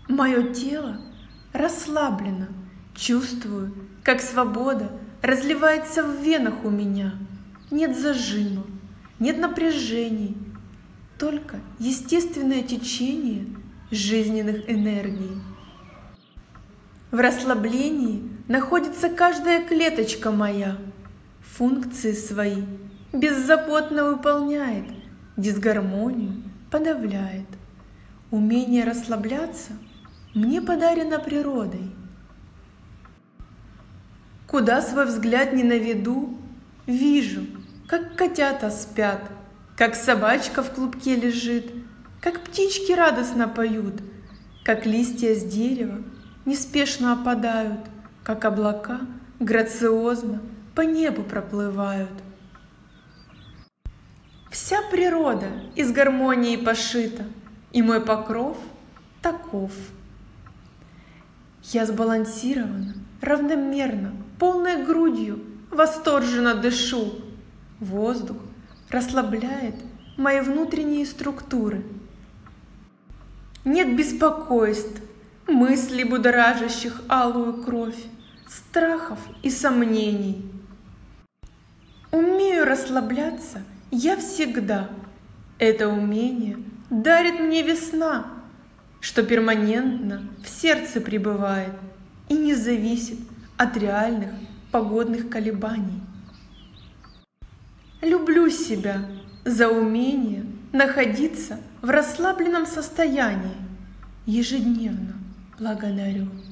Мое тело расслаблено, чувствую, как свобода разливается в венах у меня. Нет зажима, нет напряжений, только естественное течение жизненных энергий. В расслаблении находится каждая клеточка моя, функции свои беззаботно выполняет, дисгармонию подавляет. Умение расслабляться мне подарено природой. Куда свой взгляд не наведу, вижу, как котята спят, как собачка в клубке лежит, как птички радостно поют, как листья с дерева неспешно опадают, как облака грациозно по небу проплывают. Вся природа из гармонии пошита, и мой покров таков. Я сбалансирована, равномерно, полной грудью, восторженно дышу. Воздух расслабляет мои внутренние структуры. Нет беспокойств, мыслей, будоражащих алую кровь, страхов и сомнений. Умею расслабляться я всегда. Это умение дарит мне весна, что перманентно в сердце пребывает и не зависит от реальных погодных колебаний. Люблю себя за умение находиться в расслабленном состоянии. Ежедневно благодарю.